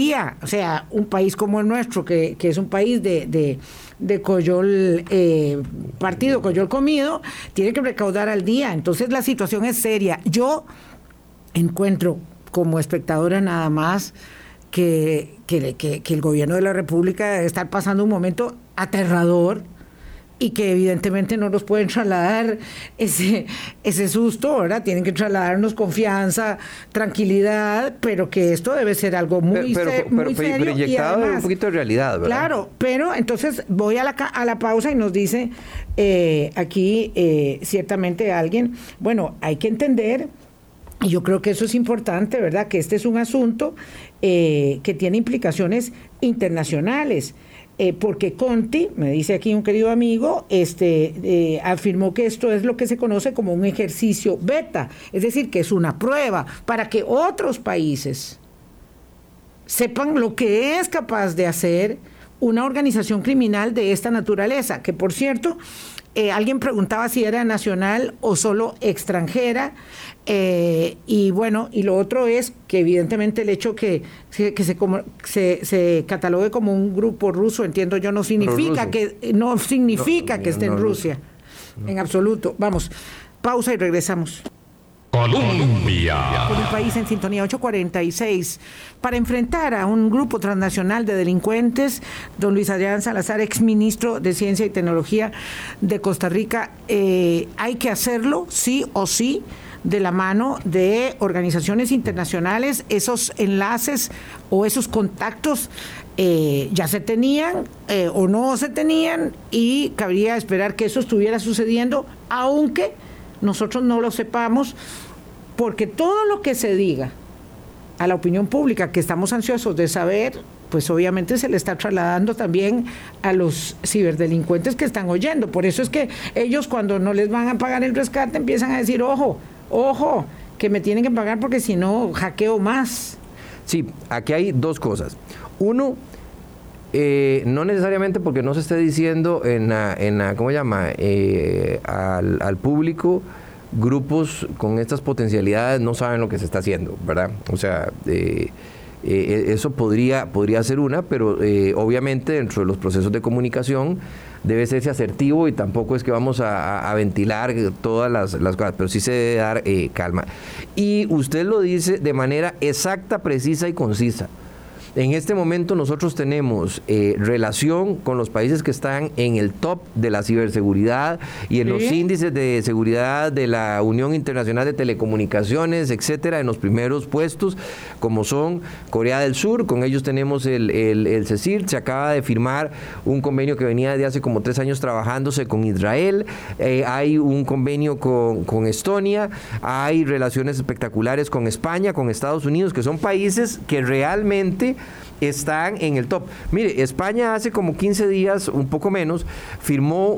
día. O sea, un país como el nuestro, que es un país de coyol, partido coyol comido, tiene que recaudar al día. Entonces la situación es seria. Yo encuentro como espectadora nada más que el gobierno de la República debe estar pasando un momento aterrador y que evidentemente no nos pueden trasladar ese susto, ¿verdad? Tienen que trasladarnos confianza, tranquilidad, pero que esto debe ser algo muy serio. Pero inyectado además, un poquito de realidad, ¿verdad? Claro, pero entonces voy a la pausa y nos dice aquí ciertamente alguien, bueno, hay que entender, y yo creo que eso es importante, ¿verdad? Que este es un asunto que tiene implicaciones internacionales. Porque Conti, me dice aquí un querido amigo, afirmó que esto es lo que se conoce como un ejercicio beta, es decir, que es una prueba para que otros países sepan lo que es capaz de hacer una organización criminal de esta naturaleza, que por cierto, alguien preguntaba si era nacional o solo extranjera, y bueno, y lo otro es que evidentemente el hecho que se catalogue como un grupo ruso, entiendo yo, no significa que esté en Rusia, en absoluto. Vamos, pausa y regresamos. Colombia. Por un país en sintonía, 8:46. Para enfrentar a un grupo transnacional de delincuentes, don Luis Adrián Salazar, exministro de Ciencia y Tecnología de Costa Rica, hay que hacerlo, sí o sí, de la mano de organizaciones internacionales. Esos enlaces o esos contactos ya se tenían o no se tenían, y cabría esperar que eso estuviera sucediendo, aunque nosotros no lo sepamos, porque todo lo que se diga a la opinión pública, que estamos ansiosos de saber, pues obviamente se le está trasladando también a los ciberdelincuentes que están oyendo. Por eso es que ellos, cuando no les van a pagar el rescate, empiezan a decir, ojo, que me tienen que pagar porque si no, hackeo más. Sí, aquí hay dos cosas. Uno, no necesariamente porque no se esté diciendo ¿cómo se llama? Al público, grupos con estas potencialidades no saben lo que se está haciendo, ¿verdad? O sea, eso podría ser una, pero obviamente dentro de los procesos de comunicación debe serse asertivo, y tampoco es que vamos a ventilar todas las cosas, pero sí se debe dar calma. Y usted lo dice de manera exacta, precisa y concisa. En este momento nosotros tenemos relación con los países que están en el top de la ciberseguridad y en los índices de seguridad de la Unión Internacional de Telecomunicaciones, etcétera, en los primeros puestos, como son Corea del Sur. Con ellos tenemos el CECIR. Se acaba de firmar un convenio que venía de hace como 3 años trabajándose con Israel. Hay un convenio con Estonia. Hay relaciones espectaculares con España, con Estados Unidos, que son países que realmente están en el top. Mire, España hace como 15 días, un poco menos, firmó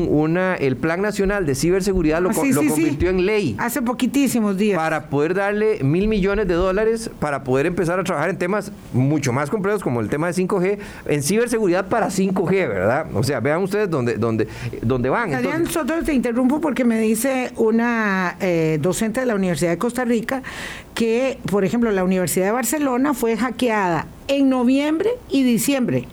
el Plan Nacional de Ciberseguridad, lo convirtió en ley. Hace poquitísimos días. Para poder darle $1.000 millones para poder empezar a trabajar en temas mucho más complejos, como el tema de 5G, en ciberseguridad para 5G, ¿verdad? O sea, vean ustedes dónde van. Adrián Soto, te interrumpo porque me dice una docente de la Universidad de Costa Rica que, por ejemplo, la Universidad de Barcelona fue hackeada en noviembre y diciembre.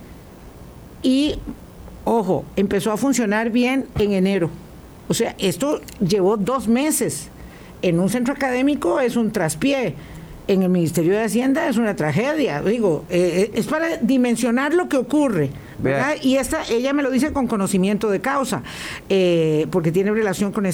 Y, ojo, empezó a funcionar bien en enero. O sea, esto llevó 2 meses. En un centro académico es un traspié. En el Ministerio de Hacienda es una tragedia. Digo, es para dimensionar lo que ocurre, ¿verdad? Y ella me lo dice con conocimiento de causa, porque tiene relación con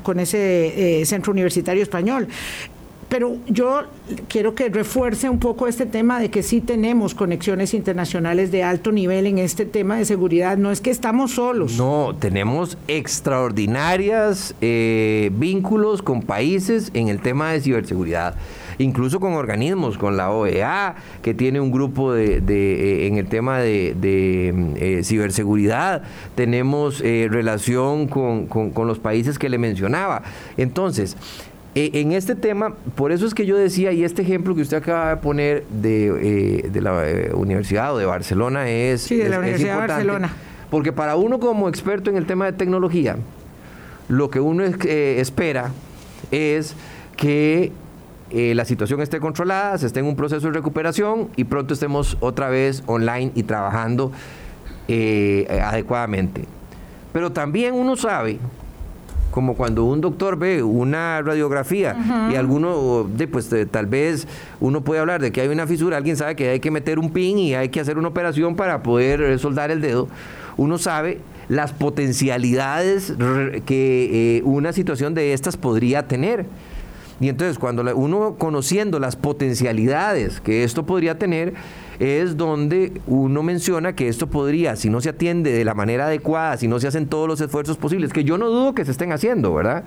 ese centro universitario español. Pero yo quiero que refuerce un poco este tema de que sí tenemos conexiones internacionales de alto nivel en este tema de seguridad. No es que estamos solos. No, tenemos extraordinarios vínculos con países en el tema de ciberseguridad. Incluso con organismos, con la OEA, que tiene un grupo en el tema de ciberseguridad. Tenemos relación con los países que le mencionaba. Entonces, en este tema, por eso es que yo decía, y este ejemplo que usted acaba de poner de la Universidad o de Barcelona es de la Universidad de Barcelona. Porque para uno como experto en el tema de tecnología, lo que uno espera es que la situación esté controlada, se esté en un proceso de recuperación y pronto estemos otra vez online y trabajando adecuadamente. Pero también uno sabe, como cuando un doctor ve una radiografía y alguno, pues tal vez uno puede hablar de que hay una fisura, alguien sabe que hay que meter un pin y hay que hacer una operación para poder soldar el dedo, uno sabe las potencialidades que una situación de estas podría tener. Y entonces cuando uno, conociendo las potencialidades que esto podría tener, es donde uno menciona que esto podría, si no se atiende de la manera adecuada, si no se hacen todos los esfuerzos posibles, que yo no dudo que se estén haciendo, ¿verdad?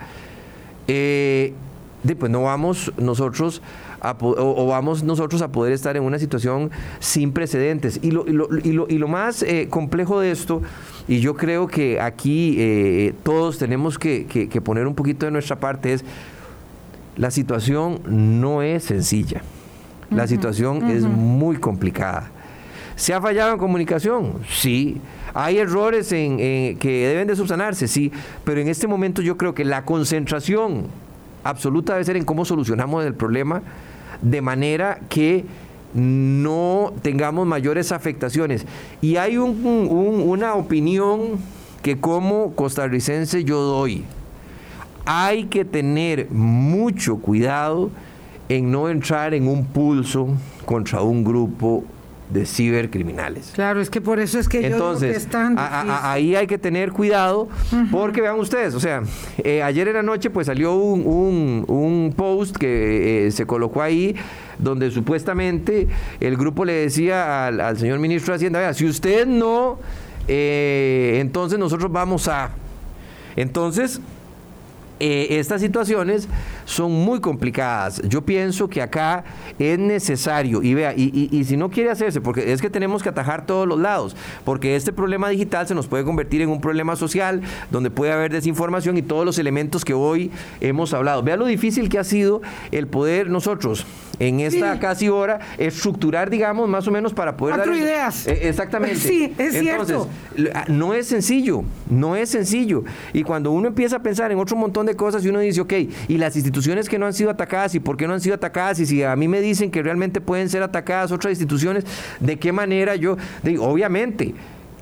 Pues no vamos nosotros vamos nosotros a poder estar en una situación sin precedentes. Y lo más complejo de esto, y yo creo que aquí todos tenemos que poner un poquito de nuestra parte, es la situación no es sencilla. La situación es muy complicada. ¿Se ha fallado en comunicación? Sí. ¿Hay errores que deben de subsanarse? Sí. Pero en este momento yo creo que la concentración absoluta debe ser en cómo solucionamos el problema de manera que no tengamos mayores afectaciones. Y hay una opinión que como costarricense yo doy. Hay que tener mucho cuidado en no entrar en un pulso contra un grupo de cibercriminales. Claro, es que por eso es que entonces, yo digo que están ahí hay que tener cuidado, porque vean ustedes, o sea, ayer en la noche pues salió un post que se colocó ahí, donde supuestamente el grupo le decía al señor ministro de Hacienda, vea, si usted no, entonces nosotros vamos a... Entonces... estas situaciones son muy complicadas. Yo pienso que acá es necesario, y vea, y si no quiere hacerse, porque es que tenemos que atajar todos los lados, porque este problema digital se nos puede convertir en un problema social, donde puede haber desinformación y todos los elementos que hoy hemos hablado. Vea lo difícil que ha sido el poder nosotros, en esta casi hora, estructurar, digamos, más o menos para poder 4 ideas. Exactamente. Sí, es entonces, cierto. No es sencillo, no es sencillo. Y cuando uno empieza a pensar en otro montón de cosas y uno dice, ok, y las instituciones que no han sido atacadas, y por qué no han sido atacadas, y si a mí me dicen que realmente pueden ser atacadas otras instituciones, ¿de qué manera yo? Obviamente,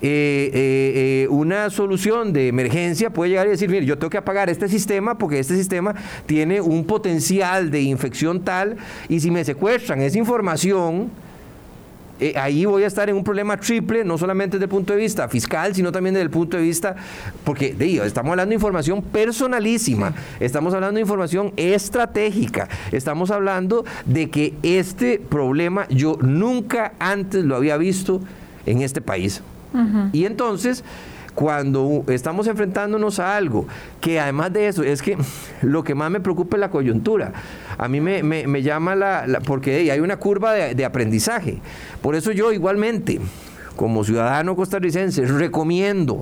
una solución de emergencia puede llegar y decir, mire, yo tengo que apagar este sistema porque este sistema tiene un potencial de infección tal, y si me secuestran esa información, ahí voy a estar en un problema triple, no solamente desde el punto de vista fiscal, sino también desde el punto de vista, porque estamos hablando de información personalísima, estamos hablando de información estratégica, estamos hablando de que este problema yo nunca antes lo había visto en este país. Y entonces, cuando estamos enfrentándonos a algo, que además de eso, es que lo que más me preocupa es la coyuntura. A mí me llama porque hay una curva de aprendizaje. Por eso yo igualmente, como ciudadano costarricense, recomiendo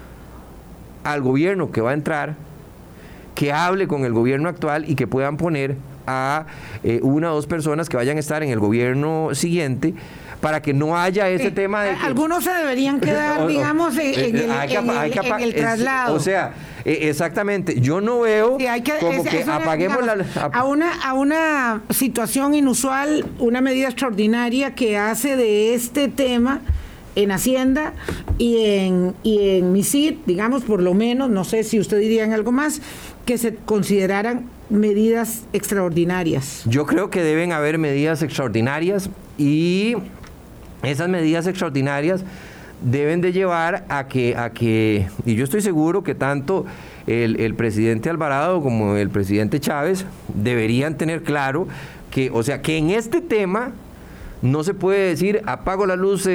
al gobierno que va a entrar, que hable con el gobierno actual y que puedan poner a 1 o 2 personas que vayan a estar en el gobierno siguiente, para que no haya ese tema de que... Algunos se deberían quedar, digamos, en el traslado. O sea, exactamente. Yo no veo como que apaguemos a una situación inusual, una medida extraordinaria que hace de este tema en Hacienda y en MISID, digamos, por lo menos, no sé si usted diría en algo más, que se consideraran medidas extraordinarias. Yo creo que deben haber medidas extraordinarias, y esas medidas extraordinarias deben de llevar a que, y yo estoy seguro que tanto el presidente Alvarado como el presidente Chávez deberían tener claro que, o sea, que en este tema no se puede decir apago la luz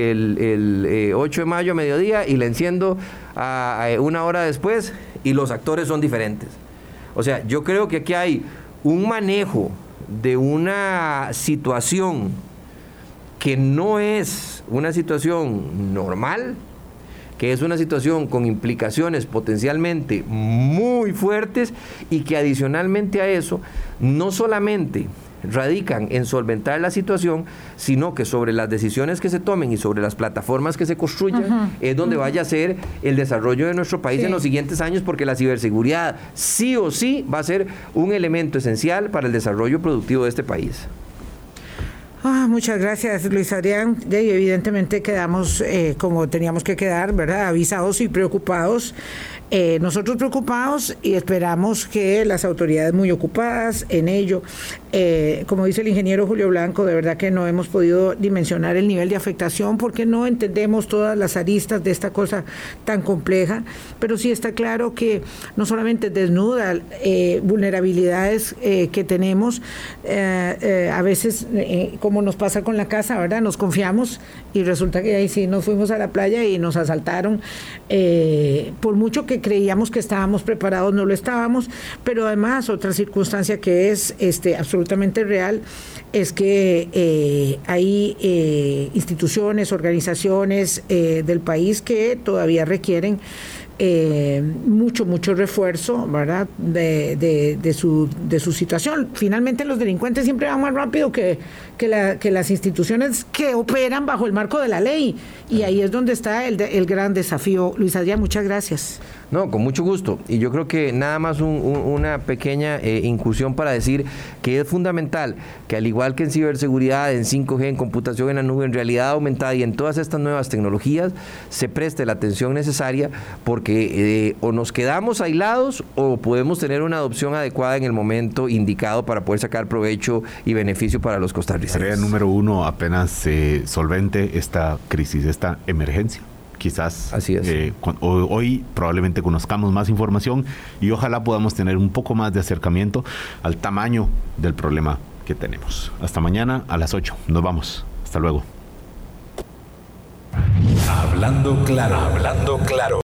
el 8 de mayo a mediodía y la enciendo a 1 hora después y los actores son diferentes. O sea, yo creo que aquí hay un manejo de una situación que no es una situación normal, que es una situación con implicaciones potencialmente muy fuertes, y que adicionalmente a eso, no solamente radican en solventar la situación, sino que sobre las decisiones que se tomen y sobre las plataformas que se construyan es donde vaya a ser el desarrollo de nuestro país en los siguientes años, porque la ciberseguridad sí o sí va a ser un elemento esencial para el desarrollo productivo de este país. Muchas gracias, Luis Adrián. Y evidentemente quedamos como teníamos que quedar, ¿verdad? Avisados y preocupados. Nosotros preocupados y esperamos que las autoridades muy ocupadas en ello. Como dice el ingeniero Julio Blanco, de verdad que no hemos podido dimensionar el nivel de afectación porque no entendemos todas las aristas de esta cosa tan compleja, pero sí está claro que no solamente desnuda vulnerabilidades que tenemos, a veces como nos pasa con la casa, ¿verdad? Nos confiamos y resulta que ahí sí nos fuimos a la playa y nos asaltaron. Por mucho que creíamos que estábamos preparados, no lo estábamos, pero además otra circunstancia que es absolutamente real es que hay instituciones, organizaciones del país que todavía requieren mucho refuerzo, ¿verdad? De su situación. Finalmente los delincuentes siempre van más rápido que las instituciones que operan bajo el marco de la ley, y ahí es donde está el gran desafío. Luis Adrián, muchas gracias. No, con mucho gusto. Y yo creo que nada más una pequeña incursión para decir que es fundamental que, al igual que en ciberseguridad, en 5G, en computación en la nube, en realidad aumentada y en todas estas nuevas tecnologías, se preste la atención necesaria, porque o nos quedamos aislados o podemos tener una adopción adecuada en el momento indicado para poder sacar provecho y beneficio para los costarricenses. Tarea número 1, apenas solvente esta crisis, esta emergencia. Quizás así es. Hoy probablemente conozcamos más información y ojalá podamos tener un poco más de acercamiento al tamaño del problema que tenemos. Hasta mañana a las 8. Nos vamos. Hasta luego. Hablando claro.